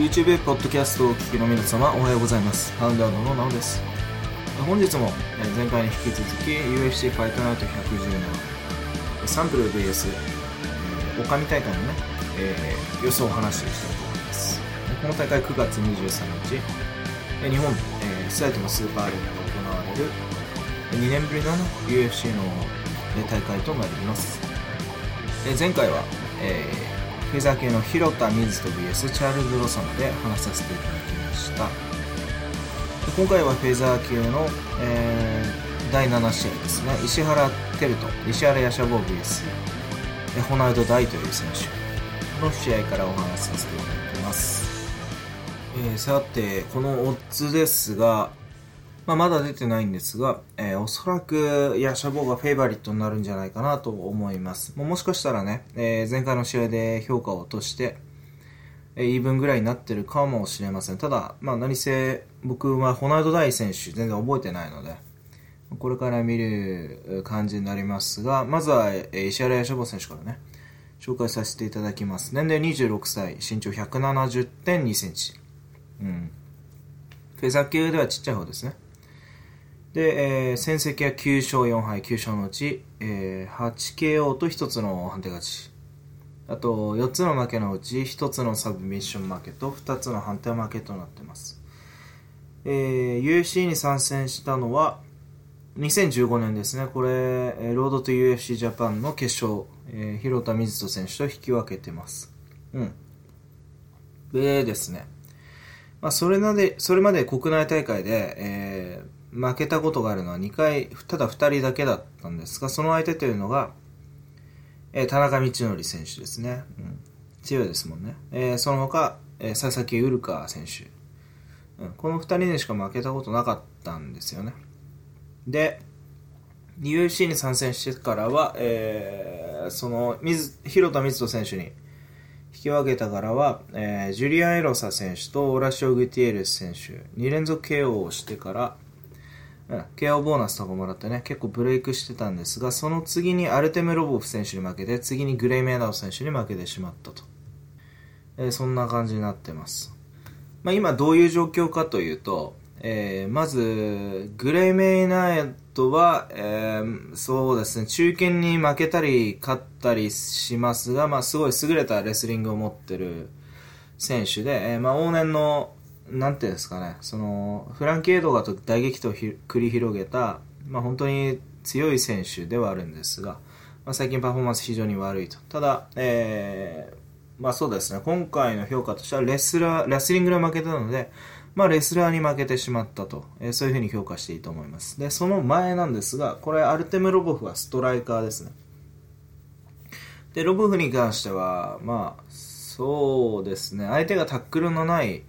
YouTube ポッドキャストをお聞きの皆様、おはようございます。ハウンダードのなおです。本日も前回に引き続き UFC ファイトナイト117サンプル VS オカミ大会のね、予想を話していきたいと思います。この大会9月23日、日本、スタイトのスーパーアリーナで行われる2年ぶりの UFC の大会となります。前回は、フェザー級の広田水人 VS チャールズ・ロサノで話させていただきました。今回はフェザー級の、第7試合ですね。石原テルト、石原ヤシャボー VS ホナウド・ダイという選手の試合からお話しさせていただきます。さて、このオッズですが、まだ出てないんですが、おそらくヤシャボーがフェイバリットになるんじゃないかなと思います。もしかしたらね、前回の試合で評価を落として、イーブンぐらいになってるかもしれません。ただ、何せ僕はホナウド・ダイ選手全然覚えてないので、これから見る感じになりますが、まずは石原ヤシャボー選手からね、紹介させていただきます。年齢26歳、身長 170.2 センチ。フェザー級ではちっちゃい方ですね。で、戦績は9勝4敗、9勝のうち、8KO と1つの判定勝ち。あと、4つの負けのうち、1つのサブミッション負けと、2つの判定負けとなっています。UFC に参戦したのは、2015年ですね。これ、ロードトゥ UFC ジャパンの決勝、広田水人選手と引き分けてます。でですね。それまで国内大会で、負けたことがあるのは2回、ただ2人だけだったんですが、その相手というのが、田中道則選手ですね。強いですもんね。その他、佐々木ウルカ選手。この2人でしか負けたことなかったんですよね。で、UFC に参戦してからは、その広田水人選手に引き分けたからは、ジュリアン・エロサ選手とオラシオ・グティエレス選手2連続 KO をしてから、KO ボーナスとかもらってね、結構ブレイクしてたんですが、その次にアルテム・ロボフ選手に負けて、次にグレイ・メイナード選手に負けてしまったと。そんな感じになってます。今どういう状況かというと、まず、グレイ・メイナードは、そうですね、中堅に負けたり勝ったりしますが、すごい優れたレスリングを持ってる選手で、往年のなんていうんですかね、そのフランキー・エドガーと大激闘を繰り広げた、本当に強い選手ではあるんですが、最近パフォーマンス非常に悪いと。ただ、そうですね、今回の評価としてはレスリングで負けたので、レスラーに負けてしまったと、そういうふうに評価していいと思います。で、その前なんですが、これアルテム・ロボフはストライカーですね。で、ロボフに関しては、そうですね、相手がタックルのない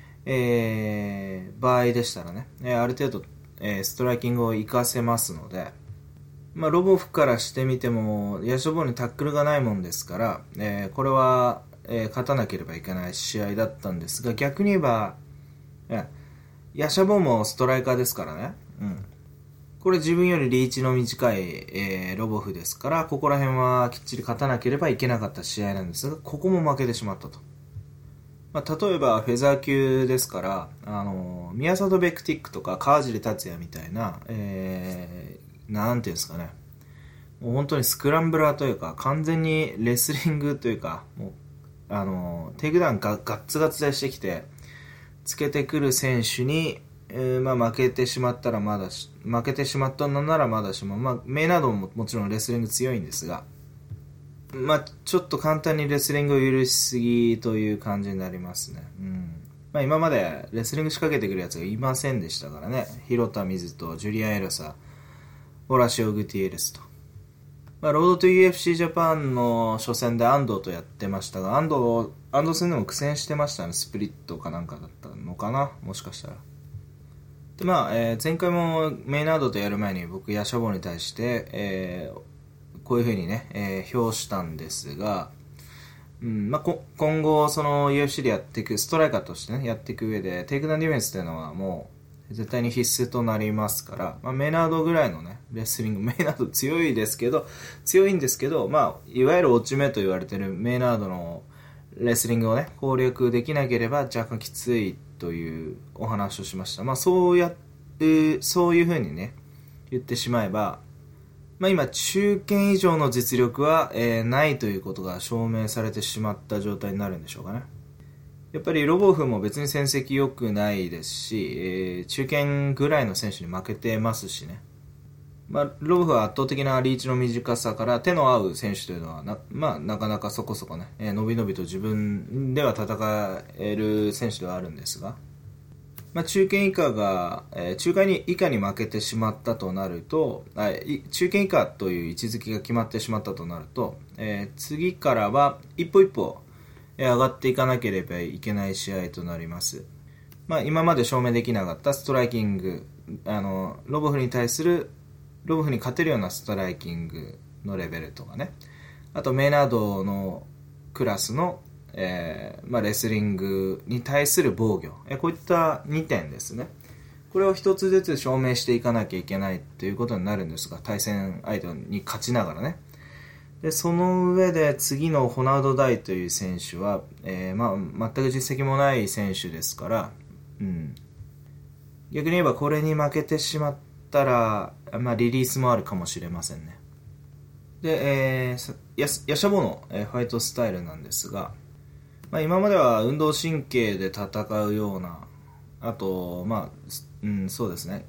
場合でしたらね、ある程度、ストライキングを活かせますので、ロボフからしてみてもヤシャボーにタックルがないもんですから、これは、勝たなければいけない試合だったんですが、逆に言えば、ヤシャボーもストライカーですからね、これ自分よりリーチの短い、ロボフですから、ここら辺はきっちり勝たなければいけなかった試合なんですが、ここも負けてしまったと。例えばフェザー級ですから、宮里ベクティックとか川尻達也みたいな、なんていうんですかね、もう本当にスクランブラーというか、完全にレスリングというか、もうテイクダウンガッツガツでしてきてつけてくる選手に、負けてしまったら負けてしまったのならまだしも、メイナードももちろんレスリング強いんですが、ちょっと簡単にレスリングを許しすぎという感じになりますね。今までレスリング仕掛けてくるやつがいませんでしたからね。広田水人、ジュリアン・エロサ、オラシオ・グティエレスと。ロードトゥ UFC ジャパンの初戦で安藤とやってましたが、安藤戦でも苦戦してましたね。スプリットかなんかだったのかな、もしかしたら。で、前回もメイナードとやる前に僕、ヤシャボーに対して、こういう風にね、評したんですが、今後その UFC でやっていくストライカーとしてねやっていく上でテイクダウンディフェンスというのはもう絶対に必須となりますから、メイナードぐらいのねレスリング、メイナード強いんですけど、いわゆる落ち目と言われているメイナードのレスリングをね攻略できなければ若干きついというお話をしました。そういう風にね言ってしまえば、今中堅以上の実力は、ないということが証明されてしまった状態になるんでしょうかね。やっぱりロボフも別に戦績良くないですし、中堅ぐらいの選手に負けてますしね。ロボフは圧倒的なリーチの短さから手の合う選手というのはなかなかそこそこね、伸び伸びと自分では戦える選手ではあるんですが、中堅以下が、中堅以下に負けてしまったとなると、中堅以下という位置づけが決まってしまったとなると、次からは一歩一歩上がっていかなければいけない試合となります。今まで証明できなかったストライキング、ロボフに勝てるようなストライキングのレベルとかね、あとメイナードのクラスの、レスリングに対する防御、こういった2点ですね。これを一つずつ証明していかなきゃいけないということになるんですが、対戦相手に勝ちながらね。でその上で次のホナウド・ダイという選手は、全く実績もない選手ですから、逆に言えばこれに負けてしまったら、リリースもあるかもしれませんね。で、ヤシャボの、ファイトスタイルなんですが、今までは運動神経で戦うような、あとそうですね、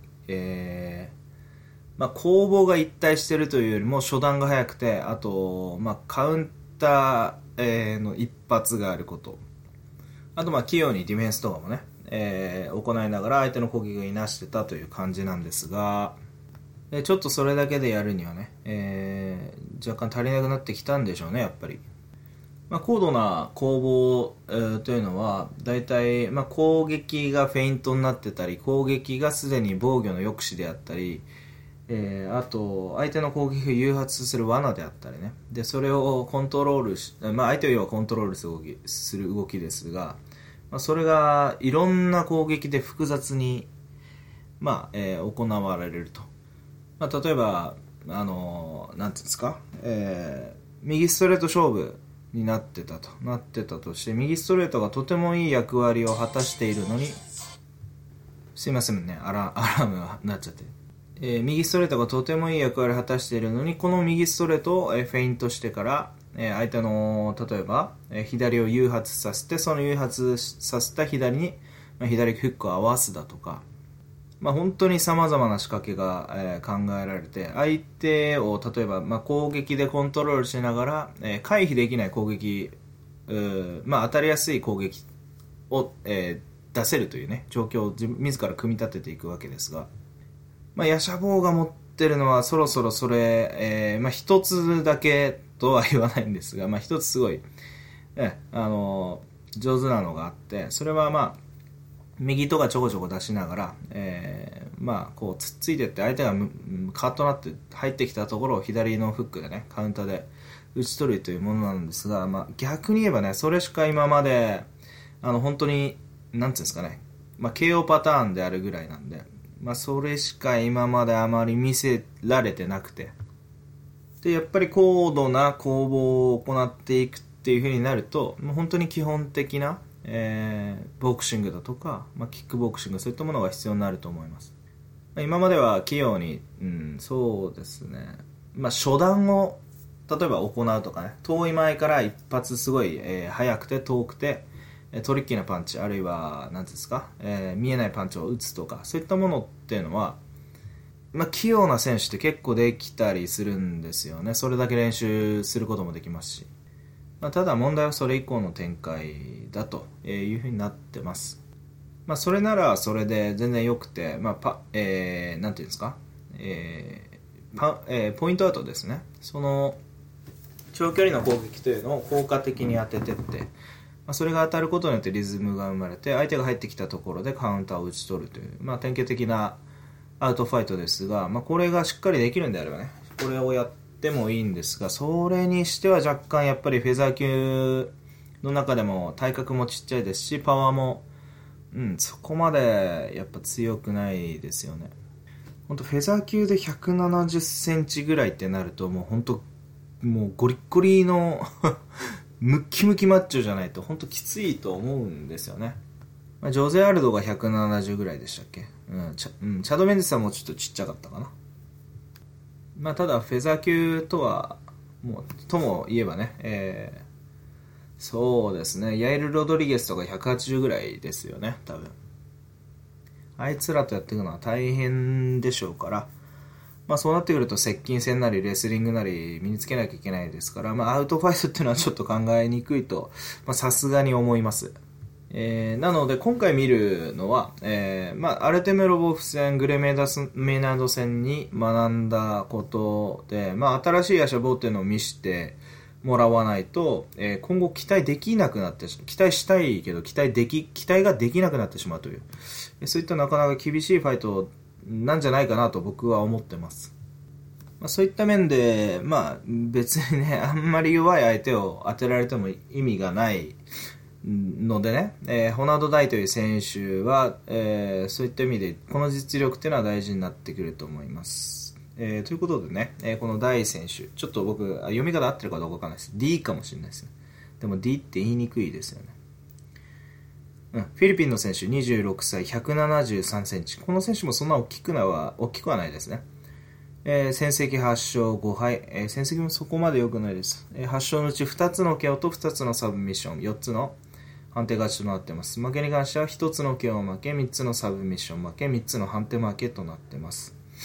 攻防が一体しているというよりも初段が速くて、あと、カウンター、の一発があること、あと器用にディフェンスとかもね、行いながら相手の攻撃をいなしてたという感じなんですが、ちょっとそれだけでやるにはね、若干足りなくなってきたんでしょうね、やっぱり。高度な攻防、というのはだいたい攻撃がフェイントになってたり、攻撃がすでに防御の抑止であったり、あと相手の攻撃を誘発する罠であったりね、でそれをコントロールし、相手を要はコントロールする動きですが、それがいろんな攻撃で複雑に、行われると。例えばなんていうんですか、右ストレート勝負になってたとして、右ストレートがとてもいい役割を果たしているのに、すいませんね、アラームが鳴っちゃって、右ストレートがとてもいい役割を果たしているのに、この右ストレートを、フェイントしてから、相手の例えば、左を誘発させて、その誘発させた左に、左フックを合わすだとか、本当に様々な仕掛けが、考えられて、相手を例えば、攻撃でコントロールしながら、回避できない攻撃、当たりやすい攻撃を、出せるというね状況を自ら組み立てていくわけですが、ヤシャボーが持ってるのはそろそろそれ、一つだけとは言わないんですが、一つすごい、上手なのがあって、それは右とかちょこちょこ出しながら、こうつっついてって相手がカッとなって入ってきたところを左のフックでねカウンターで打ち取るというものなんですが、逆に言えばね、それしか今まで本当になんていうんですかね、KO パターンであるぐらいなんで、それしか今まであまり見せられてなくて、でやっぱり高度な攻防を行っていくっていう風になると、もう本当に基本的なボクシングだとか、キックボクシング、そういったものが必要になると思います。今までは器用に、そうですね、初段を例えば行うとかね、遠い前から一発すごい、速くて遠くてトリッキーなパンチ、あるいは何ですか、見えないパンチを打つとか、そういったものっていうのは、器用な選手って結構できたりするんですよね。それだけ練習することもできますし、ただ問題はそれ以降の展開だというふうになってます。それならそれで全然良くて、なんていうんですか、ポイントアウトですね。その長距離の攻撃というのを効果的に当ててって、それが当たることによってリズムが生まれて、相手が入ってきたところでカウンターを打ち取るという、典型的なアウトファイトですが、これがしっかりできるんであればね、これをやってもいいんですが、それにしては若干やっぱりフェザー級の中でも体格もちっちゃいですし、パワーも、そこまでやっぱ強くないですよね。本当フェザー級で170センチぐらいってなると、もうゴリッゴリのムッキムキマッチョじゃないと本当きついと思うんですよね。ジョゼアルドが170ぐらいでしたっけ。チャド・メンデスはもうちょっとちっちゃかったかな。ただフェザー級とはとも言えばね、そうですね、ヤエル・ロドリゲスとか180ぐらいですよね、多分。あいつらとやっていくのは大変でしょうから、そうなってくると接近戦なりレスリングなり身につけなきゃいけないですから、アウトファイトっていうのはちょっと考えにくいとさすがに思います。なので今回見るのは、アルテム・ロボフ戦グレメナド戦に学んだことで、新しいヤシャボーっていうのを見せてもらわないと、今後期待できなくなって、期待したいけど期待ができなくなってしまうという、そういったなかなか厳しいファイトなんじゃないかなと僕は思ってます。そういった面で、別にね、あんまり弱い相手を当てられても意味がないのでね、ホナウド・ダイという選手は、そういった意味でこの実力っていうのは大事になってくると思います。ということでね、このダイ選手、ちょっと僕読み方合ってるかどうかわかんないです。D かもしれないですね。でも D って言いにくいですよね。フィリピンの選手、26歳、173センチ。この選手もそんな大きくはないですね。戦績8勝5敗、戦績もそこまで良くないです。8勝のうち2つの KO と2つのサブミッション、4つの判定勝ちとなっています。負けに関しては1つの KO 負け、3つのサブミッション負け、3つの判定負けとなっています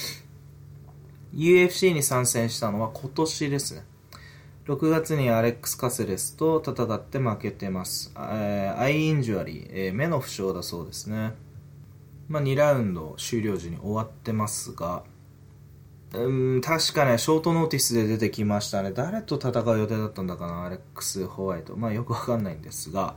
。UFC に参戦したのは今年ですね。6月にアレックス・カセレスと戦って負けてます。アイインジュアリー、目の負傷だそうですね。2ラウンド終了時に終わってますが、確かね、ショートノーティスで出てきましたね。誰と戦う予定だったんだかな、アレックス・ホワイト。よくわかんないんですが、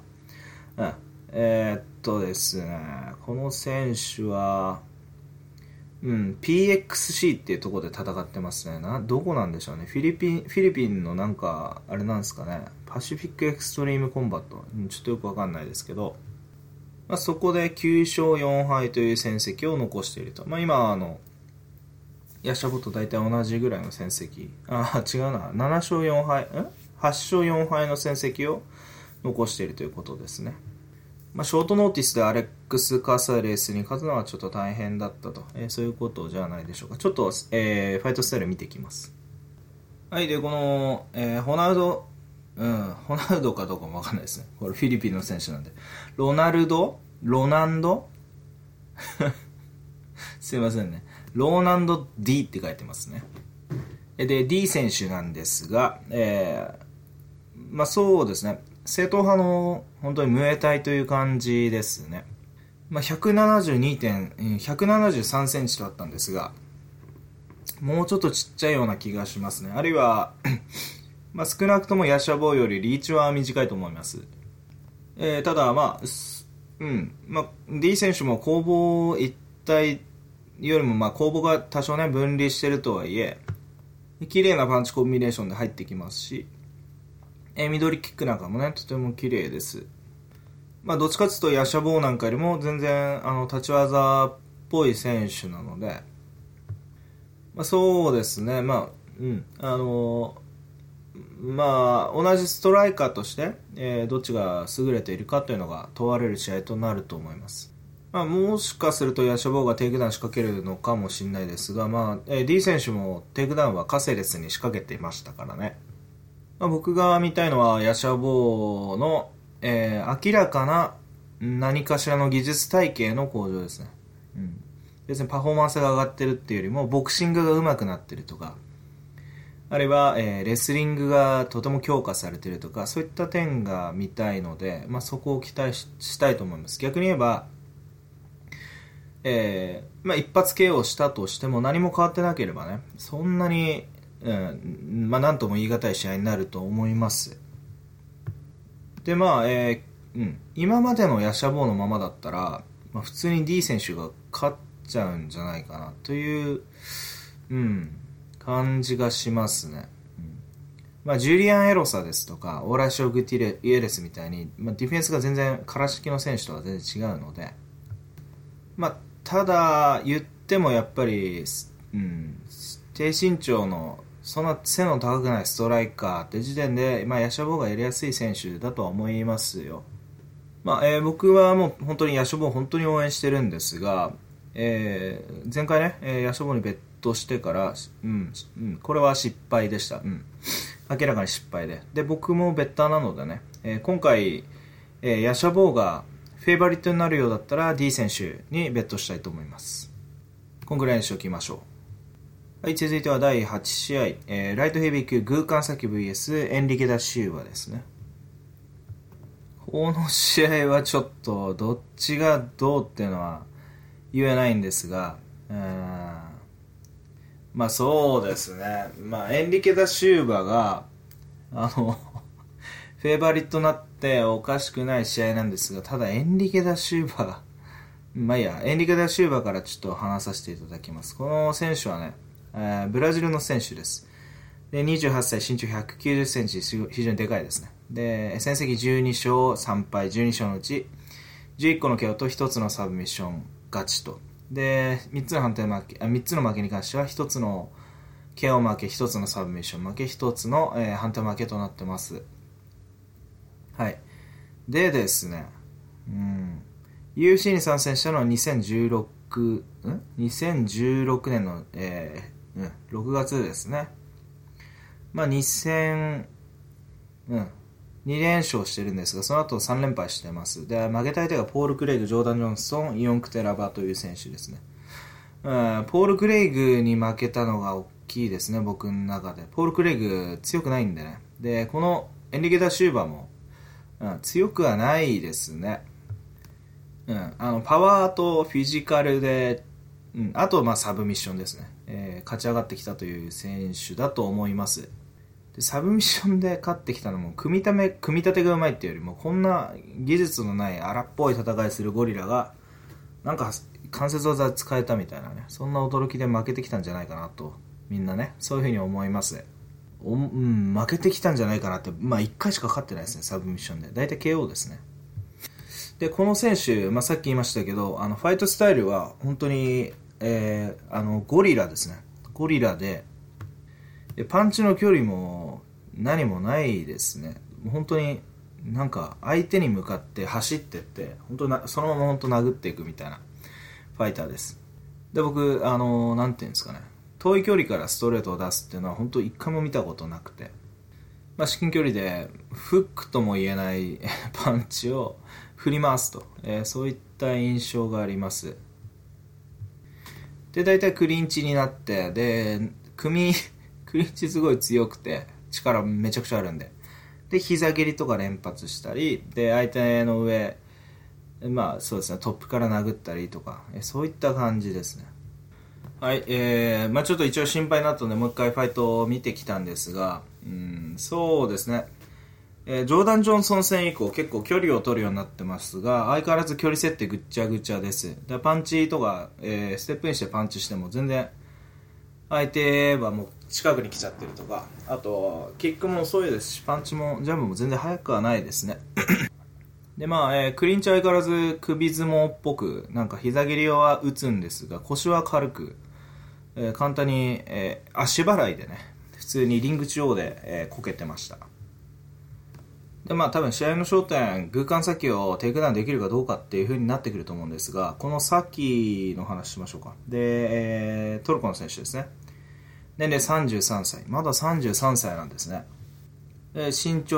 ですね、この選手は、PXC っていうところで戦ってますね。どこなんでしょうね。フィリピンのなんか、あれなんですかね。パシフィックエクストリームコンバット。ちょっとよくわかんないですけど、そこで9勝4敗という戦績を残していると。今、ヤシャボと大体同じぐらいの戦績。違うな。7勝4敗、8勝4敗の戦績を残しているということですね。ショートノーティスでアレックス・カサレスに勝つのはちょっと大変だったと、そういうことじゃないでしょうか。ちょっと、ファイトスタイル見ていきます。はい、で、この、ホナウドかどうかもわかんないですね。これフィリピンの選手なんで。ロナンドすいませんね。ローナンド D って書いてますね。で、D 選手なんですが、そうですね。正統派の本当にムエタイという感じですね。173センチとあったんですが、もうちょっとちっちゃいような気がしますね。あるいは、少なくともヤシャボーよりリーチは短いと思います。ただ、D 選手も攻防一体よりも攻防が多少ね分離してるとはいえ、綺麗なパンチコンビネーションで入ってきますし、ミドルキックなんかもねとても綺麗です。どっちかというとヤシャボーなんかよりも全然立ち技っぽい選手なので、そうですね、同じストライカーとして、どっちが優れているかというのが問われる試合となると思います。もしかするとヤシャボーがテイクダウン仕掛けるのかもしれないですが、D 選手もテイクダウンはカセレスに仕掛けていましたからね。僕が見たいのはヤシャボーの、明らかな何かしらの技術体系の向上ですね。別にパフォーマンスが上がってるっていうよりもボクシングが上手くなってるとか、あるいは、レスリングがとても強化されてるとか、そういった点が見たいので、そこを期待したいと思います。逆に言えば、一発 KO したとしても何も変わってなければね、そんなに、なんとも言い難い試合になると思います。で、今までのヤシャボーのままだったら、普通に D 選手が勝っちゃうんじゃないかなという、感じがしますね。ジュリアン・エロサですとか、オーラショ・グティレスみたいに、ディフェンスが全然、空式の選手とは全然違うので、ただ、言ってもやっぱり、低身長のそんな背の高くないストライカーって時点で、ヤシャボーがやりやすい選手だとは思いますよ。僕はもう本当にヤシャボー本当に応援してるんですが、前回ね、ヤシャボーにベットしてから、これは失敗でした。明らかに失敗で、僕もベッターなのでね、今回、ヤシャボーがフェイバリットになるようだったら D 選手にベットしたいと思います。こんぐらいにしておきましょう。はい、続いては第8試合、ライトヘビー級グーカンサキ VS エンリケダシウバですね。この試合はちょっとどっちがどうっていうのは言えないんですが、そうですね、エンリケダシウバがフェイバリットになっておかしくない試合なんですが、ただエンリケダシウバエンリケダシウバからちょっと話させていただきます。この選手はね、ブラジルの選手です。で、28歳、身長190センチ、非常にでかいですね。で、戦績12勝3敗、12勝のうち11個の KO と1つのサブミッション勝ちと。で、3つの負けに関しては1つの KO 負け、1つのサブミッション負け、1つの、判定負けとなってます。はい。でですね、UFC に参戦したのは2016年の、6月ですね。2連勝してるんですが、その後3連敗してます。で、負けた相手がポール・クレイグ、ジョーダン・ジョンソン、イオン・クテラバという選手ですね。ポール・クレイグに負けたのが大きいですね、僕の中で。ポール・クレイグ強くないんでね。で、このエンリケダ・シューバーも、強くはないですね。パワーとフィジカルで、あとサブミッションですね、勝ち上がってきたという選手だと思います。でサブミッションで勝ってきたのも組み立てがうまいっていうよりも、こんな技術のない荒っぽい戦いするゴリラがなんか関節技使えたみたいなね、そんな驚きで負けてきたんじゃないかなと、みんなねそういう風に思います。負けてきたんじゃないかなって。1回しか勝ってないですね、サブミッションで。大体 KO ですね。で、この選手、さっき言いましたけど、ファイトスタイルは本当に、ゴリラですね。ゴリラで、パンチの距離も何もないですね。本当になんか相手に向かって走ってって、そのまま本当殴っていくみたいなファイターです。で、僕、なんていうんですかね、遠い距離からストレートを出すっていうのは本当一回も見たことなくて、至近距離でフックとも言えないパンチを振り回すと、そういった印象があります。で、大体クリンチになって、で、クリンチすごい強くて力めちゃくちゃあるんで、膝蹴りとか連発したりで、相手の上、そうですね、トップから殴ったりとか、そういった感じですね。はい、ちょっと一応心配になったのでもう一回ファイトを見てきたんですが、そうですね、ジョーダン・ジョンソン戦以降結構距離を取るようになってますが、相変わらず距離設定ぐっちゃぐちゃです。で、パンチとか、ステップインしてパンチしても全然相手はもう近くに来ちゃってるとか、あとキックも遅いですし、パンチもジャンプも全然速くはないですね。で、クリンチは相変わらず首相撲っぽく、なんか膝蹴りは打つんですが、腰は軽く、簡単に、足払いでね、普通にリング中央で、こけてました。で、多分試合の焦点、グーカンサキをテイクダウンできるかどうかっていう風になってくると思うんですが、このサキの話しましょうか。で、トルコの選手ですね。年齢33歳。まだ33歳なんですね。身長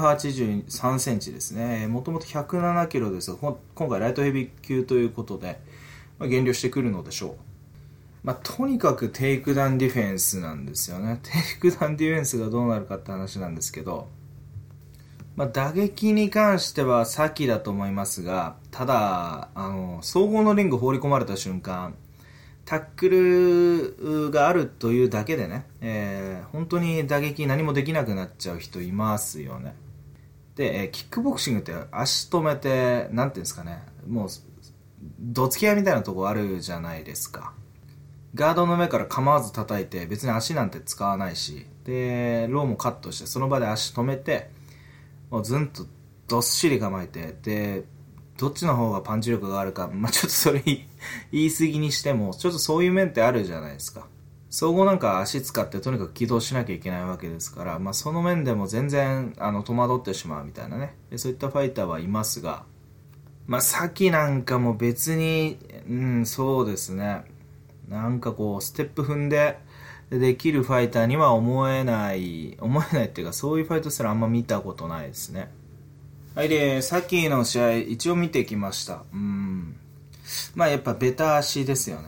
183センチですね。もともと107キロですが、今回ライトヘビー級ということで、減量してくるのでしょう。とにかくテイクダウンディフェンスなんですよね。テイクダウンディフェンスがどうなるかって話なんですけど、打撃に関しては先だと思いますが、ただ総合のリング放り込まれた瞬間、タックルがあるというだけでね、本当に打撃何もできなくなっちゃう人いますよね。で、キックボクシングって足止めて、なんていうんですかね、もうどつき合いみたいなとこあるじゃないですか。ガードの上から構わず叩いて、別に足なんて使わないし、でローもカットしてその場で足止めて、もうずんとどっしり構えて、でどっちの方がパンチ力があるか、ちょっとそれ言い過ぎにしても、ちょっとそういう面ってあるじゃないですか。 総合なんか足使ってとにかく起動しなきゃいけないわけですから、その面でも全然戸惑ってしまうみたいなね、そういったファイターはいますが、サキなんかも別に、そうですね、なんかこうステップ踏んでできるファイターには思えないっていうか、そういうファイトすらあんま見たことないですね。はい、でサキの試合一応見てきました。やっぱベタ足ですよね。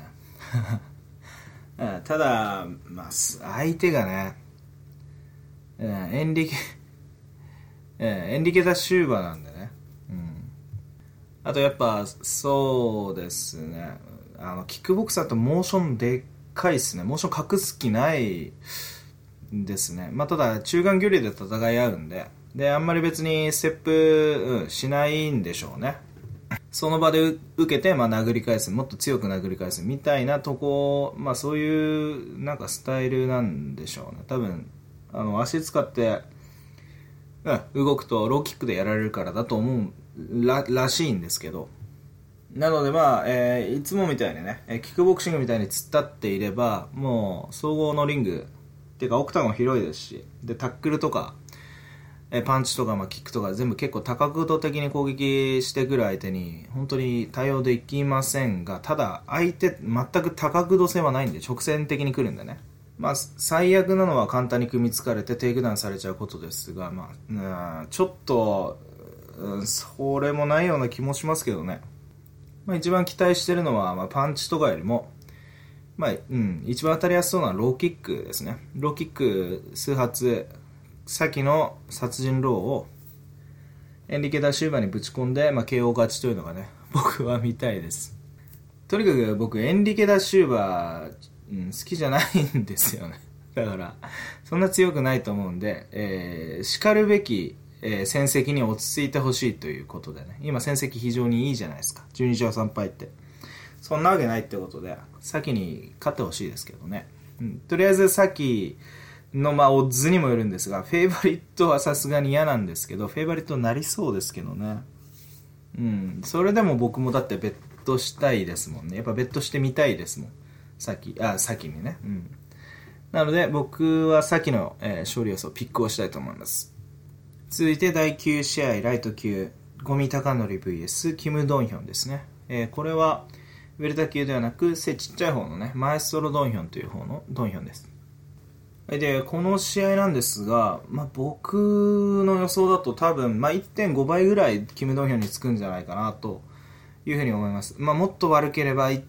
ただ、相手がね、エンリケダ・シューバなんでね。あとやっぱそうですね、キックボクサーとモーションでっかいですね。モーション隠す気ないですね。ただ中間距離で戦い合うんで、あんまり別にステップ、しないんでしょうね。その場で受けて、殴り返す、もっと強く殴り返すみたいなとこ、そういうなんかスタイルなんでしょうね。多分足使って、動くとローキックでやられるからだと思うらしいんですけど、なのでいつもみたいにね、キックボクシングみたいに突っ立っていれば、もう総合のリングっていうかオクタゴン広いですし、でタックルとかパンチとかキックとか全部結構多角度的に攻撃してくる相手に本当に対応できませんが、ただ相手全く多角度性はないんで直線的に来るんでね、最悪なのは簡単に組みつかれてテイクダウンされちゃうことですが、ちょっと、それもないような気もしますけどね。一番期待してるのは、パンチとかよりも、一番当たりやすそうなローキックですね。ローキック数発、先の殺人ローをエンリケダ・シューバーにぶち込んで、KO 勝ちというのがね、僕は見たいです。とにかく僕エンリケダ・シューバー、好きじゃないんですよね。だからそんな強くないと思うんで、叱るべき戦績に落ち着いてほしいということでね、今戦績非常にいいじゃないですか。12勝3敗って、そんなわけないってことで先に勝ってほしいですけどね。とりあえず先のオッズにもよるんですが、フェイバリットはさすがに嫌なんですけど、フェイバリットになりそうですけどね。それでも僕もだってベットしたいですもんね。やっぱベットしてみたいですもん、先にね。なので僕は先の、勝利予想ピックをしたいと思います。続いて第9試合ライト級、五味隆則 vs キム・ドンヒョンですね。これはウェルタ級ではなく背ちっちゃい方のね、マエストロ・ドンヒョンという方のドンヒョンです。でこの試合なんですが、僕の予想だと多分、1.5 倍ぐらいキム・ドンヒョンにつくんじゃないかなというふうに思います。もっと悪ければ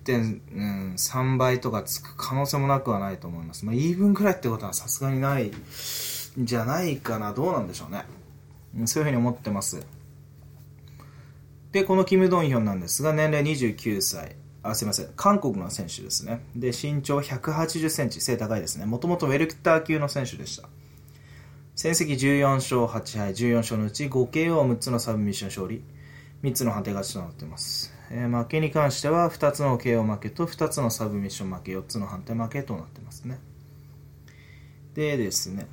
1.3 倍とかつく可能性もなくはないと思います。イーブンぐらいってことはさすがにないんじゃないかな。どうなんでしょうね。そういうふうに思ってます。でこのキム・ドンヒョンなんですが、年齢29歳、すいません、韓国の選手ですね。で身長180センチ、背高いですね。もともとウェルター級の選手でした。戦績14勝8敗、14勝のうち 5KO6 つのサブミッション勝利、3つの判定勝ちとなっています。負けに関しては2つの KO 負けと2つのサブミッション負け、4つの判定負けとなってますね。でですね、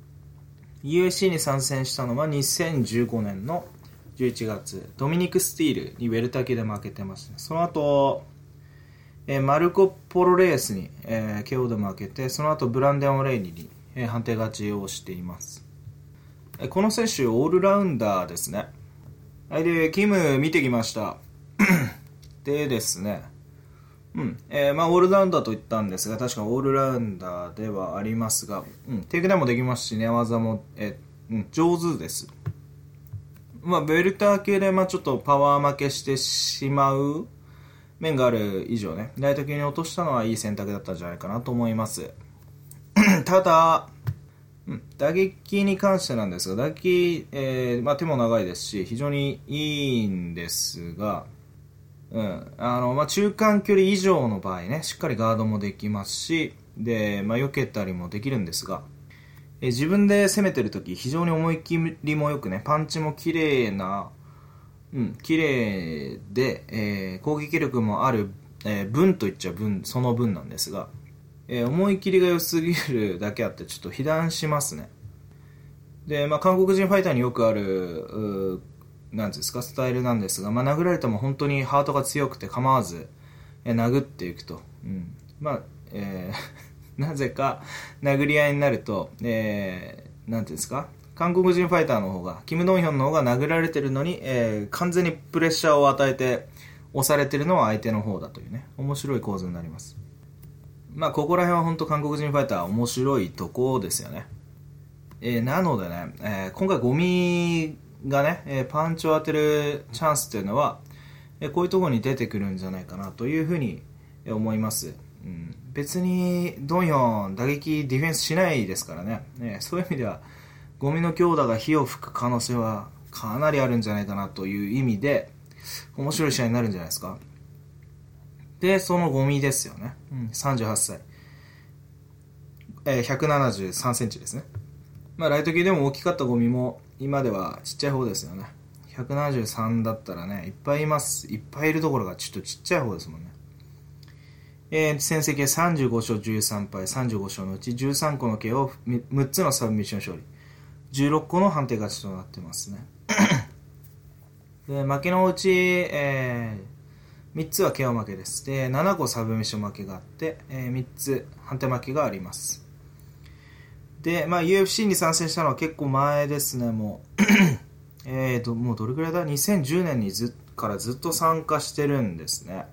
UFC に参戦したのは2015年の11月、ドミニク・スティールにウェルター級で負けてますね。その後、マルコ・ポロレースに、KO で負けて、その後ブランデン・オレイニに、判定勝ちをしています。この選手オールラウンダーですね。はい、でキム見てきましたでですね、オールラウンダーと言ったんですが、確かオールラウンダーではありますが、テイクダウンもできますし、寝技も、上手です。ベルター系でちょっとパワー負けしてしまう面がある以上ね、ライト級に落としたのはいい選択だったんじゃないかなと思います。ただ、打撃に関してなんですが、打撃、手も長いですし非常にいいんですが、中間距離以上の場合ね、しっかりガードもできますし、で、避けたりもできるんですが、自分で攻めてるとき非常に思い切りもよくね、パンチも綺麗で、攻撃力もある、分といっちゃ分、その分なんですが、思い切りが良すぎるだけあってちょっと被弾しますね。で、韓国人ファイターによくあるなんですか、スタイルなんですが、殴られても本当にハートが強くて構わず、殴っていくと、 なぜか殴り合いになると、なんていうんですか、韓国人ファイターの方が、キム・ドンヒョンの方が殴られてるのに、完全にプレッシャーを与えて押されてるのは相手の方だというね、面白い構図になります。まあここら辺は本当韓国人ファイター面白いとこですよね。なのでね、今回ゴミがね、パンチを当てるチャンスっていうのは、こういうところに出てくるんじゃないかなというふうに思います。別にドンヒョン打撃ディフェンスしないですからね。そういう意味ではゴミの強打が火を吹く可能性はかなりあるんじゃないかなという意味で面白い試合になるんじゃないですか。で、そのゴミですよね。38歳。173センチですね。まあライト級でも大きかったゴミも今ではちっちゃい方ですよね。173だったらね、いっぱいいます。いっぱいいるところがちょっとちっちゃい方ですもんね。戦績は35勝13敗、35勝のうち13個の KO、6つのサブミッション勝利、16個の判定勝ちとなってますね。で、負けのうち、3つは KO 負けです。で、7個サブミッション負けがあって、3つ判定負けがあります。で、まあ UFC に参戦したのは結構前ですね、もう。もうどれくらいだ ?2010 年にからずっと参加してるんですね。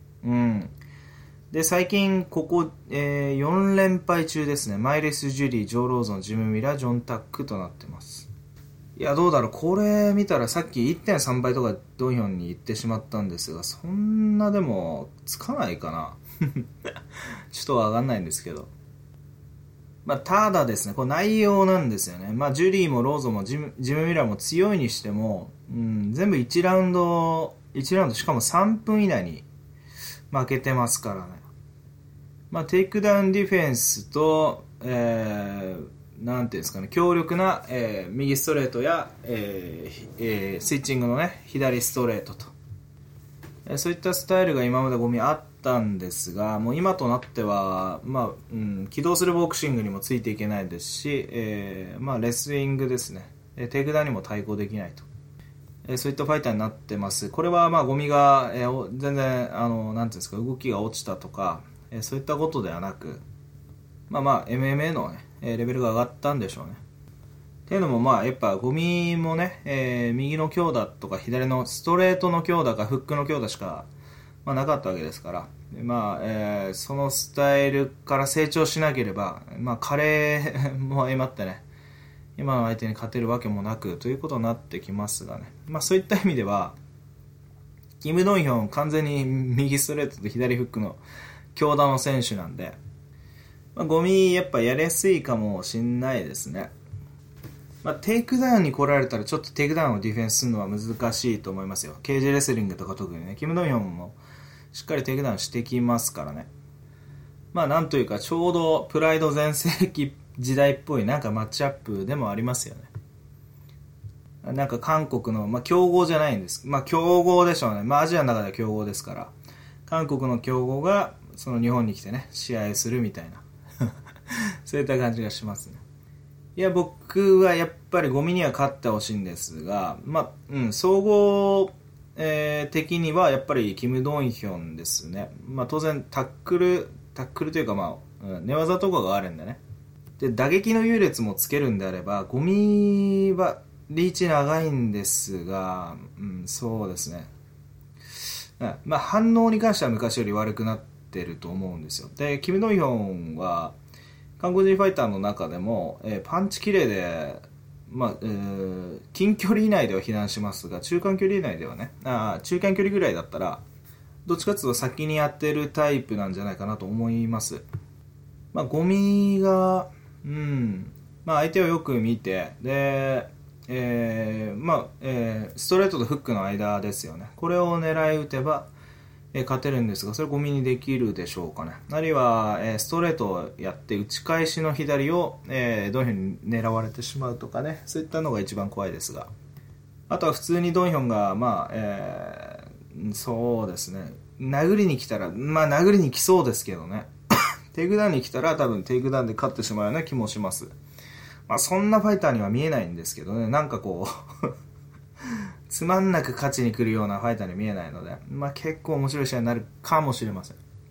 で、最近、ここ、4連敗中ですね。マイレス・ジュリー、ジョー・ローゾン、ジム・ミラー、ジョン・タックとなってます。いや、どうだろう。これ見たらさっき 1.3 倍とかドンヒョンに言ってしまったんですが、そんなでもつかないかな。ちょっとわかんないんですけど。まあ、ただですね、これ内容なんですよね。まあ、ジュリーもローゾンもジム・ミラーも強いにしても、全部1ラウンドしかも3分以内に負けてますからね。まあ、テイクダウンディフェンスと、なんていうんですかね、強力な、右ストレートや、スイッチングのね、左ストレートと。そういったスタイルが今までゴミあったんですが、もう今となっては、まあ、起動するボクシングにもついていけないですし、まあ、レスリングですね。テイクダウンにも対抗できないと。そういったファイターになってます。これはまあゴミが、全然なんていうんですか、動きが落ちたとか、そういったことではなく、まあ MMA の、ね、レベルが上がったんでしょうね。っていうのもまあやっぱゴミもね、右の強打とか左のストレートの強打かフックの強打しか、まあ、なかったわけですから、まあそのスタイルから成長しなければ、まあ、彼も相まってね、今の相手に勝てるわけもなくということになってきますがね、まあ、そういった意味ではキム・ドンヒョン完全に右ストレートと左フックの強打の選手なんで、まあ、ゴミやっぱやりやすいかもしんないですね。まあ、テイクダウンに来られたらちょっとテイクダウンをディフェンスするのは難しいと思いますよ。ケージレスリングとか特にね、キム・ドンヒョンもしっかりテイクダウンしてきますからね。まあなんというかちょうどプライド全盛期時代っぽいなんかマッチアップでもありますよね。なんか韓国の、まあ強豪じゃないんです。まあ強豪でしょうね。まあアジアの中では強豪ですから。韓国の強豪がその日本に来てね、試合するみたいな。そういった感じがしますね。いや、僕はやっぱりゴミには勝ってほしいんですが、まあ、総合、的にはやっぱりキム・ドンヒョンですね。まあ当然タックルというかまあ、寝技とかがあるんでね。で、打撃の優劣もつけるんであれば、ゴミはリーチ長いんですが、そうですね。まあ反応に関しては昔より悪くなってると思うんですよ。で、キム・ドンヒョンは、韓国人ファイターの中でも、パンチ綺麗で、まあ近距離以内では避難しますが、中間距離以内ではね、中間距離ぐらいだったら、どっちかというと先にやってるタイプなんじゃないかなと思います。まあ、ゴミが、まあ、相手をよく見て、で、まあ、ストレートとフックの間ですよね。これを狙い撃てば、勝てるんですが、それゴミにできるでしょうかね。あるいは、ストレートをやって打ち返しの左を、どういうふうに狙われてしまうとかね、そういったのが一番怖いですが、あとは普通にドンヒョンが、まあ、そうですね、殴りに来たら、まあ殴りに来そうですけどね、テイクダウンに来たら多分テイクダウンで勝ってしまうような気もします。まあそんなファイターには見えないんですけどね、なんかこうつまんなく勝ちに来るようなファイターに見えないので、まあ結構面白い試合になるかもしれません。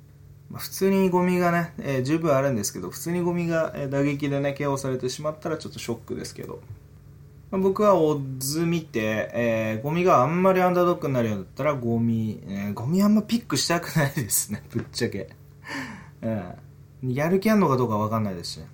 普通にゴミがね、十分あるんですけど、普通にゴミが打撃でね KO されてしまったらちょっとショックですけど、僕はオッズ見て、ゴミがあんまりアンダードックになるようだったらゴミあんまピックしたくないですね、ぶっちゃけ。やる気あんのかどうかわかんないですしね。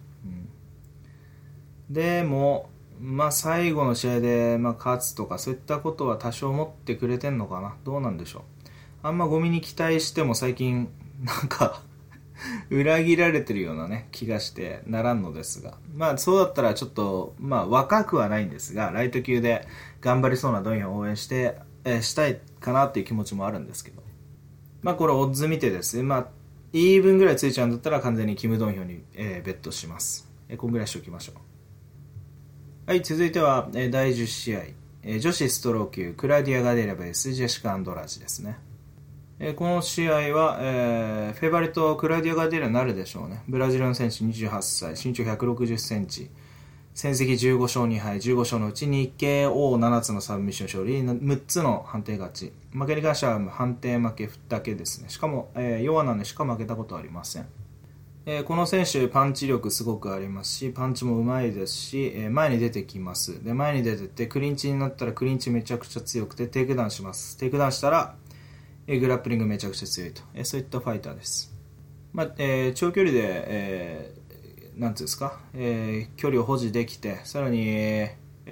でも、最後の試合で、勝つとかそういったことは多少思ってくれてんのかな、どうなんでしょう。あんまゴミに期待しても最近なんか裏切られてるようなね気がしてならんのですが、そうだったらちょっと若くはないんですが、ライト級で頑張りそうなドンヒョンを応援して、したいかなっていう気持ちもあるんですけど、これオッズ見てですね、イーブンぐらいついちゃうんだったら完全にキムドンヒョンに、ベットします。こんぐらいしておきましょう。はい、続いては、第10試合、女子ストロー級クラディア・ガデラベースジェシカ・アンドラージですね。この試合は、フェイバリットクラディア・ガデラになるでしょうね。ブラジルの選手28歳、身長160センチ、戦績15勝2敗、15勝のうち 2KO7 つのサブミッション勝利、6つの判定勝ち。負けに関しては判定負けだけですね。しかも、弱なのでしか負けたことはありません。この選手パンチ力すごくありますし、パンチもうまいですし、前に出てきます。で、前に出てってクリンチになったらクリンチめちゃくちゃ強くてテイクダウンします。テイクダウンしたらグラップリングめちゃくちゃ強いと、そういったファイターです。長距離で、なんていうんですか、距離を保持できて、さらに、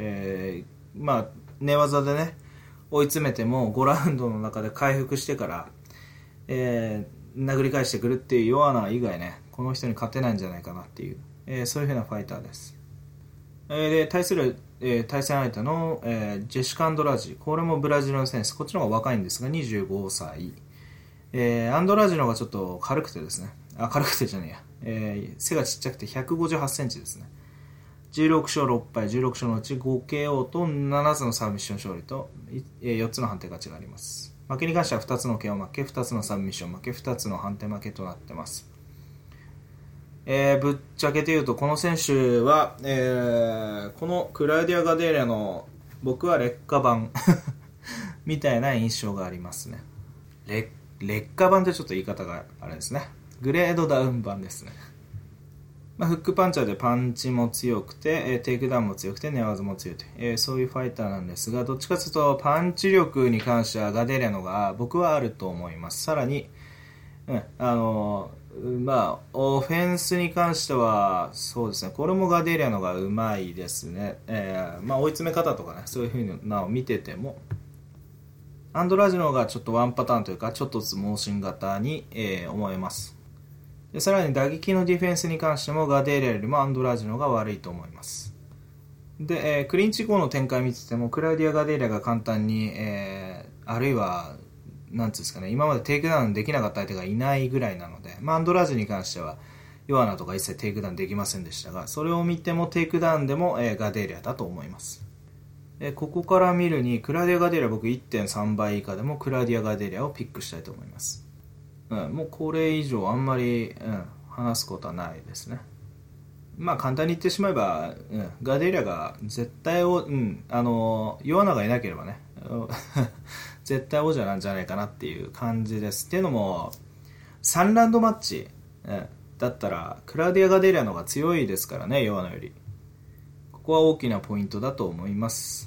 寝技でね追い詰めても5ラウンドの中で回復してから、殴り返してくるっていう弱な以外ね、この人に勝てないんじゃないかなっていう、そういう風なファイターです。で対する、対戦相手の、ジェシカ・アンドラージ、これもブラジルの選手、こっちの方が若いんですが25歳、アンドラージの方がちょっと軽くてですね、軽くてじゃねえや、背がちっちゃくて158センチですね。16勝6敗、16勝のうち 5KO と7つのサブミッション勝利と、4つの判定勝ちがあります。負けに関しては2つの KO 負け、2つのサブミッション負け、2つの判定負けとなってます。ぶっちゃけて言うとこの選手は、このクラウディア・ガデーラの僕は劣化版みたいな印象がありますね。劣化版ってちょっと言い方があれですね。グレードダウン版ですね。フックパンチャーでパンチも強くて、テイクダウンも強くて寝技も強いと、そういうファイターなんですが、どっちかというとパンチ力に関してはガデーラのが僕はあると思います。さらに、オフェンスに関してはそうですね、これもガデーラのがうまいですね。追い詰め方とかね、そういう風なのを見ててもアンドラージの方がちょっとワンパターンというかちょっとずつ猛進型に、思えます。でさらに打撃のディフェンスに関してもガデーラよりもアンドラージの方が悪いと思います。で、クリンチ後の展開見ててもクラウディア・ガデーラが簡単に、あるいはなんつうんですかね、今までテイクダウンできなかった相手がいないぐらいなので、アンドラージに関してはヨアナとか一切テイクダウンできませんでしたが、それを見てもテイクダウンでも、ガデーラだと思います。ここから見るにクラウディア・ガデーラ、僕 1.3 倍以下でもクラウディア・ガデーラをピックしたいと思います。もうこれ以上あんまり、話すことはないですね。簡単に言ってしまえば、ガデーラが絶対を、ヨアナがいなければね絶対王者なんじゃないかなっていう感じです。っていうのも3ラウンドマッチ、だったらクラウディア・ガデーラの方が強いですからね、ヨアナより。ここは大きなポイントだと思います。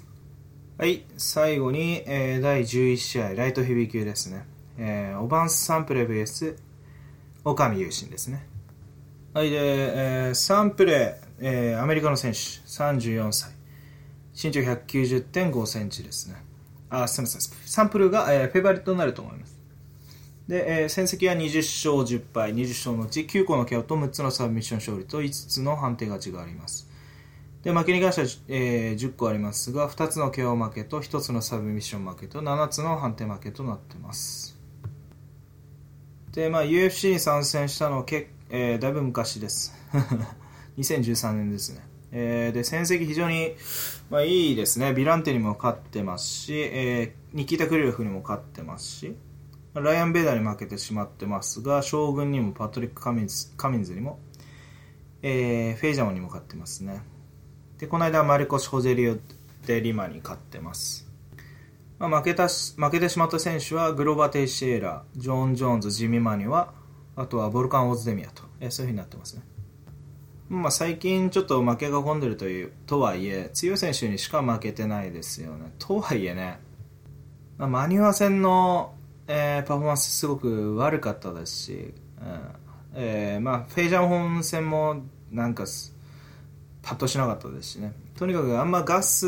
はい、最後に、第11試合ライトヘビー級ですね。オバンス・サンプレ vs 岡見雄心ですね。はい、で、サンプレ、アメリカの選手34歳、身長 190.5 センチですね。すみません、サンプルが、フェイバリットになると思います。で、戦績は20勝10敗、20勝のうち9個の KO と6つのサブミッション勝利と5つの判定勝ちがあります。で、負けに関しては、10個ありますが、2つの KO 負けと1つのサブミッション負けと7つの判定負けとなっています。で、UFC に参戦したのはだいぶ昔です2013年ですね。で戦績非常に、いいですね。ビランテにも勝ってますし、ニキータ・クリロフにも勝ってますし、ライアン・ベイダーに負けてしまってますが、将軍にもパトリック・カミンズにも、フェイジャモンにも勝ってますね。でこの間マルコス・ホゼリオ・デ・リマに勝ってます。負けてしまった選手はグローバー・テイシエラ、ジョン・ジョーンズ、ジミー・マニはあとはボルカン・オズデミアと、そういう風になってますね。最近ちょっと負けが込んでるとはいえ、強い選手にしか負けてないですよね。とはいえね、マニュア戦の、パフォーマンスすごく悪かったですし、フェイジャンホン戦もなんかパッとしなかったですしね。とにかくあんまガス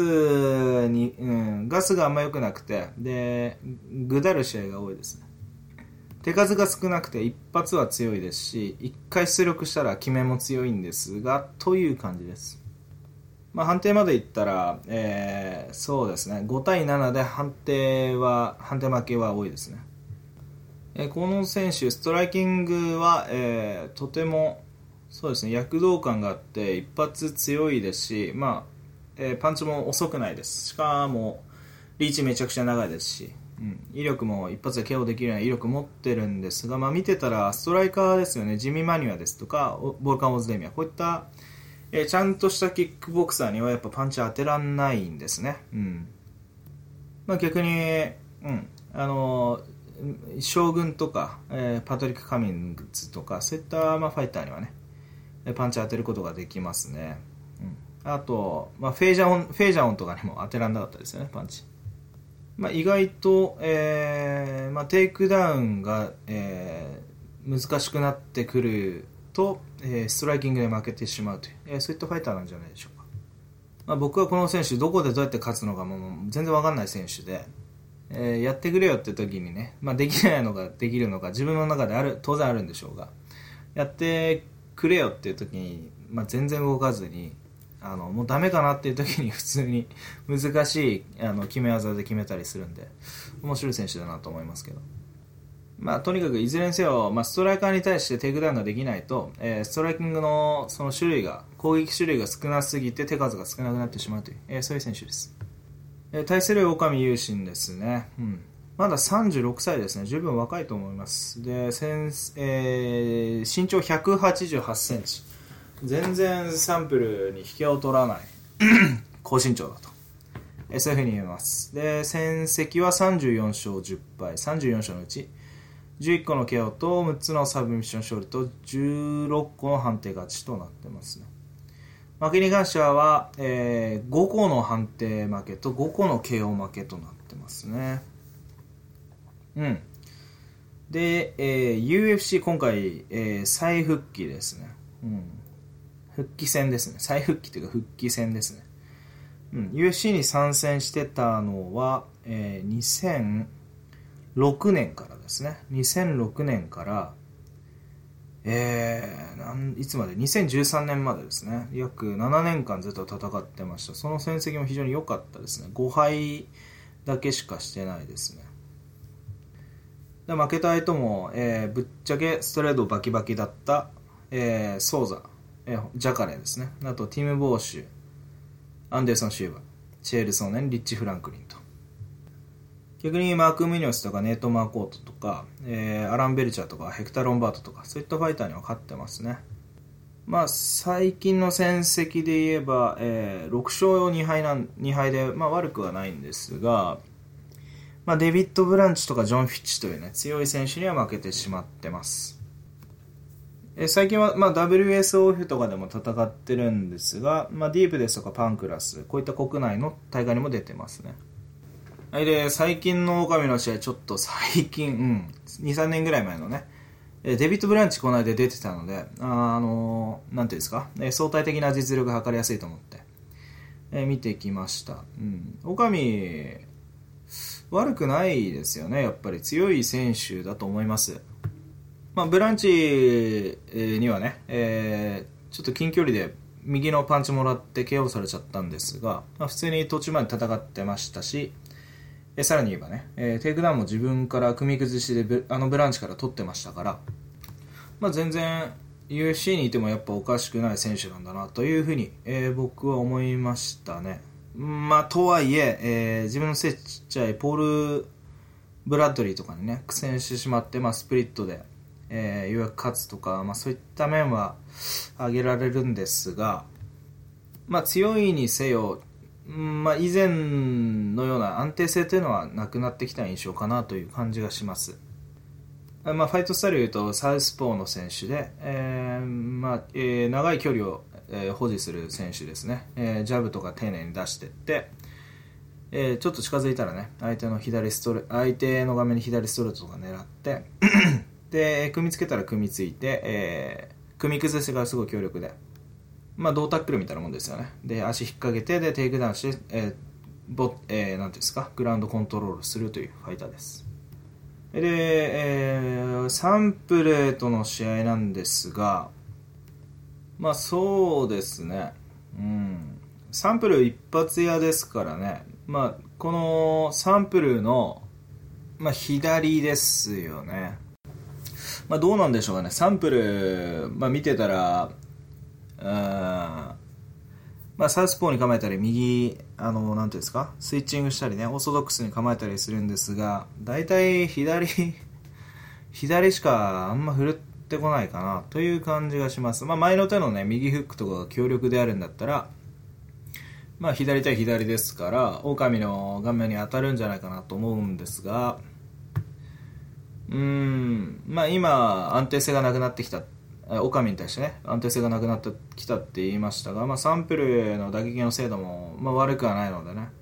があんま良くなくて、でぐだる試合が多いですね。手数が少なくて一発は強いですし、一回出力したら決めも強いんですが、という感じです。判定までいったら、そうですね、5対7で判定負けは多いですね。この選手ストライキングは、とてもそうですね、躍動感があって一発強いですし、パンチも遅くないです。しかもリーチめちゃくちゃ長いですし、威力も一発で KO できるような威力持ってるんですが、見てたらストライカーですよね。ジミー・マニュアですとかボルカン・オズデミア、こういった、ちゃんとしたキックボクサーにはやっぱパンチ当てらんないんですね。逆に、将軍とか、パトリック・カミングズとかそういった、ファイターにはねパンチ当てることができますね。あと、フェイジャオンとかにも当てらんなかったですよね、パンチ。意外と、テイクダウンが、難しくなってくると、ストライキングで負けてしまうという、そういったファイターなんじゃないでしょうか。僕はこの選手どこでどうやって勝つのかもう全然分かんない選手で、やってくれよって時にね、できないのかできるのか自分の中で当然あるんでしょうが、やってくれよっていう時に、全然動かずにもうダメかなっていう時に普通に難しい決め技で決めたりするんで面白い選手だなと思いますけど、とにかくいずれにせよ、ストライカーに対してテイクダウンができないと、ストライキングのその攻撃種類が少なすぎて手数が少なくなってしまうという、そういう選手です。対する岡見雄心ですね、まだ36歳ですね。十分若いと思います。で、身長188センチ、全然サンプルに引けを取らない高身長だと、そういうふうに言えます。で、戦績は34勝10敗、34勝のうち11個の KO と6つのサブミッション勝利と16個の判定勝ちとなってますね。負けに関しては、5個の判定負けと5個の KO 負けとなってますね。で、UFC 今回、再復帰ですね。復帰戦ですね。再復帰というか復帰戦ですね。UFC に参戦してたのは、2006年からですね。2006年から、いつまで ?2013 年までですね。約7年間ずっと戦ってました。その戦績も非常に良かったですね。5敗だけしかしてないですね。で負けた相手も、ぶっちゃけストレートバキバキだった、ソーザ、ジャカネですね。あとティム・ボーシュ、アンデルソン・シューバー、チェール・ソーネン、リッチ・フランクリンと。逆にマーク・ミニョスとかネート・マーコートとか、アラン・ベルチャーとかヘクター・ロンバートとかそういったファイターには勝ってますね。最近の戦績で言えば、6勝2敗で、悪くはないんですが、デビッド・ブランチとかジョン・フィッチというね強い選手には負けてしまってます。最近は、WSOF とかでも戦ってるんですが、ディープですとかパンクラス、こういった国内の大会にも出てますね。で最近の岡部の試合、ちょっと最近、2,3 年ぐらい前のね、デビッド・ブランチこの間出てたので、なんていうんですか、相対的な実力が測りやすいと思って、見てきました。岡部悪くないですよね。やっぱり強い選手だと思います。ブランチにはね、ちょっと近距離で右のパンチもらって KO されちゃったんですが、普通に途中まで戦ってましたし、さらに言えばね、テイクダウンも自分から組み崩しでブランチから取ってましたから、全然 UFC にいてもやっぱおかしくない選手なんだなというふうに、僕は思いましたね。とはいえ自分の背ちっちゃいポール・ブラッドリーとかにね苦戦してしまって、スプリットで、ようやく勝つとか、そういった面は挙げられるんですが、強いにせよ、以前のような安定性というのはなくなってきた印象かなという感じがします。 ファイトスタイルでいうとサウスポーの選手で、長い距離を、保持する選手ですね。ジャブとか丁寧に出していって、ちょっと近づいたらね、相手の画面に左ストレートとか狙ってで組みつけたら組みついて、組み崩しがすごい強力で、胴タックルみたいなもんですよね。で足引っ掛けてでテイクダウンして、なんていうんですか、グラウンドコントロールするというファイターです。で、サンプルとの試合なんですが、そうですね、サンプル一発屋ですからね、このサンプルの、左ですよね。どうなんでしょうかね。サンプル、見てたら、サウスポーに構えたり右なんていうんですか、スイッチングしたりね、オーソドックスに構えたりするんですが、だいたい左しかあんま振るってこないかなという感じがします。前の手のね右フックとかが強力であるんだったら、左対左ですから狼の顔面に当たるんじゃないかなと思うんですが、今安定性がなくなってきた、狼に対してね安定性がなくなってきたって言いましたが、サンプルの打撃の精度も、悪くはないのでね、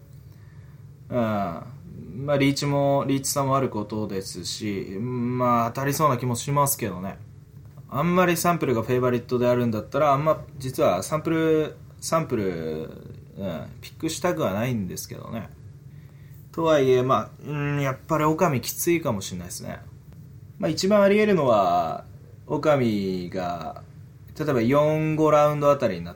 リーチ差もあることですし、当たりそうな気もしますけどね。あんまりサンプルがフェイバリットであるんだったら、実はサンプル、ピックしたくはないんですけどね。とはいえ、やっぱり狼きついかもしれないですね。一番あり得るのは狼が例えば4、5ラウンドあたりになって、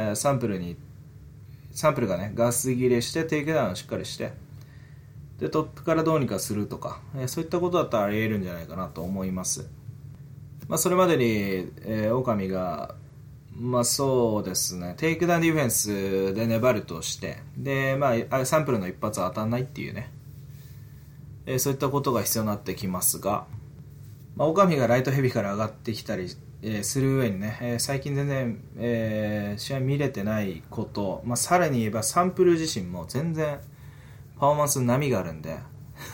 サンプルがねガス切れしてテイクダウンをしっかりしてでトップからどうにかするとか、そういったことだったらあり得るんじゃないかなと思います。それまでに、狼がそうですね、テイクダウンディフェンスで粘るとしてで、サンプルの一発は当たらないっていうね、そういったことが必要になってきますが、狼がライトヘビーから上がってきたり、する上にね、最近全然、試合見れてないこと、さらに言えばサンプル自身も全然パフォーマンスの波があるんで、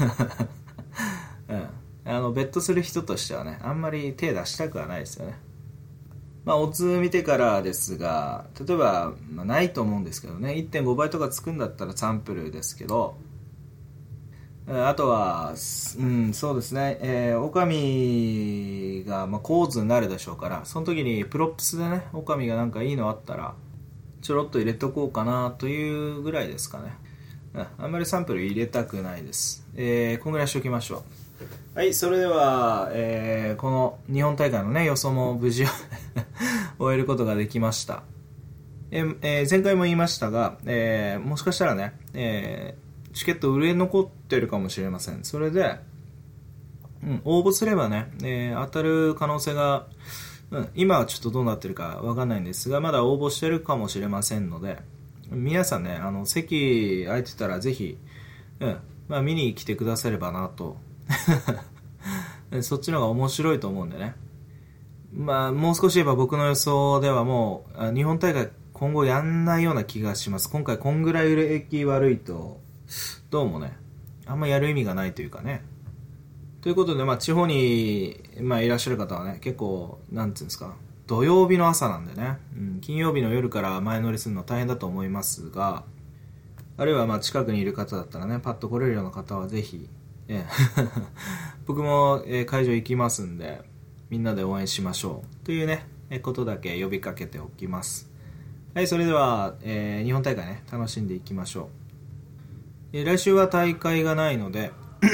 ベットする人としてはねあんまり手出したくはないですよね。オッズ見てからですが、例えば、ないと思うんですけどね、 1.5 倍とかつくんだったらサンプルですけど、あとは、そうですね、狼が、構図になるでしょうから、その時にプロップスでね、狼がなんかいいのあったら、ちょろっと入れとこうかなというぐらいですかね。あんまりサンプル入れたくないです。こんぐらいしておきましょう。はい、それでは、この日本大会のね、予想も無事終えることができました。前回も言いましたが、もしかしたらね、チケット売れ残ってるかもしれません。それで、応募すればね、当たる可能性が、今はちょっとどうなってるかわかんないんですが、まだ応募してるかもしれませんので、皆さんね、席空いてたらぜひ、見に来てくださればなとそっちの方が面白いと思うんでね。もう少し言えば僕の予想ではもう日本大会今後やんないような気がします。今回こんぐらい売れ行き悪いとどうもねあんまやる意味がないというかね。ということで、地方に、いらっしゃる方はね結構なんていうんですか、土曜日の朝なんでね、金曜日の夜から前乗りするの大変だと思いますが、あるいは近くにいる方だったらねパッと来れるような方はぜひ、僕も、会場行きますんでみんなで応援しましょうというね、ことだけ呼びかけておきます。はい、それでは、日本大会ね楽しんでいきましょう。来週は大会がないので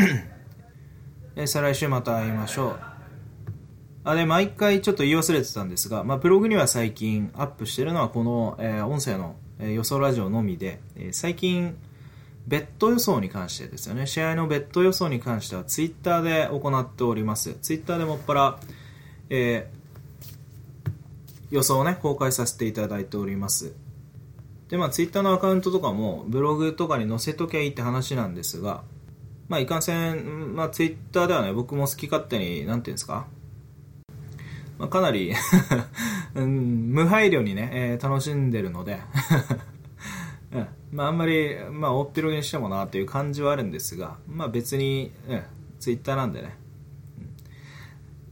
再来週また会いましょう。で毎回ちょっと言い忘れてたんですが、ブログには最近アップしてるのはこの、音声の、予想ラジオのみで、最近ベッド予想に関してですよね、試合のベッド予想に関してはツイッターで行っております。ツイッターでもっぱら、予想をね公開させていただいております。でツイッターのアカウントとかもブログとかに載せときゃいいって話なんですが、いかんせん、ツイッターではね僕も好き勝手になんていうんですか、かなり無配慮にね、楽しんでるのであんまり、大っぴろげにしてもなという感じはあるんですが、別に、ツイッターなんでね、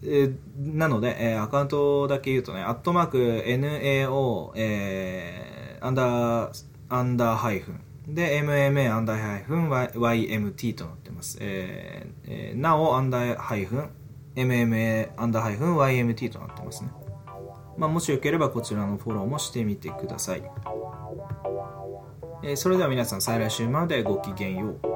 なので、アカウントだけ言うとね、@NAO、アンダーハイフンで MMA アンダーハイフン YMT となってます。なおアンダーハイフン MMA アンダーハイフン YMT となってますね。もしよければこちらのフォローもしてみてください。それでは皆さん、再来週までごきげんよう。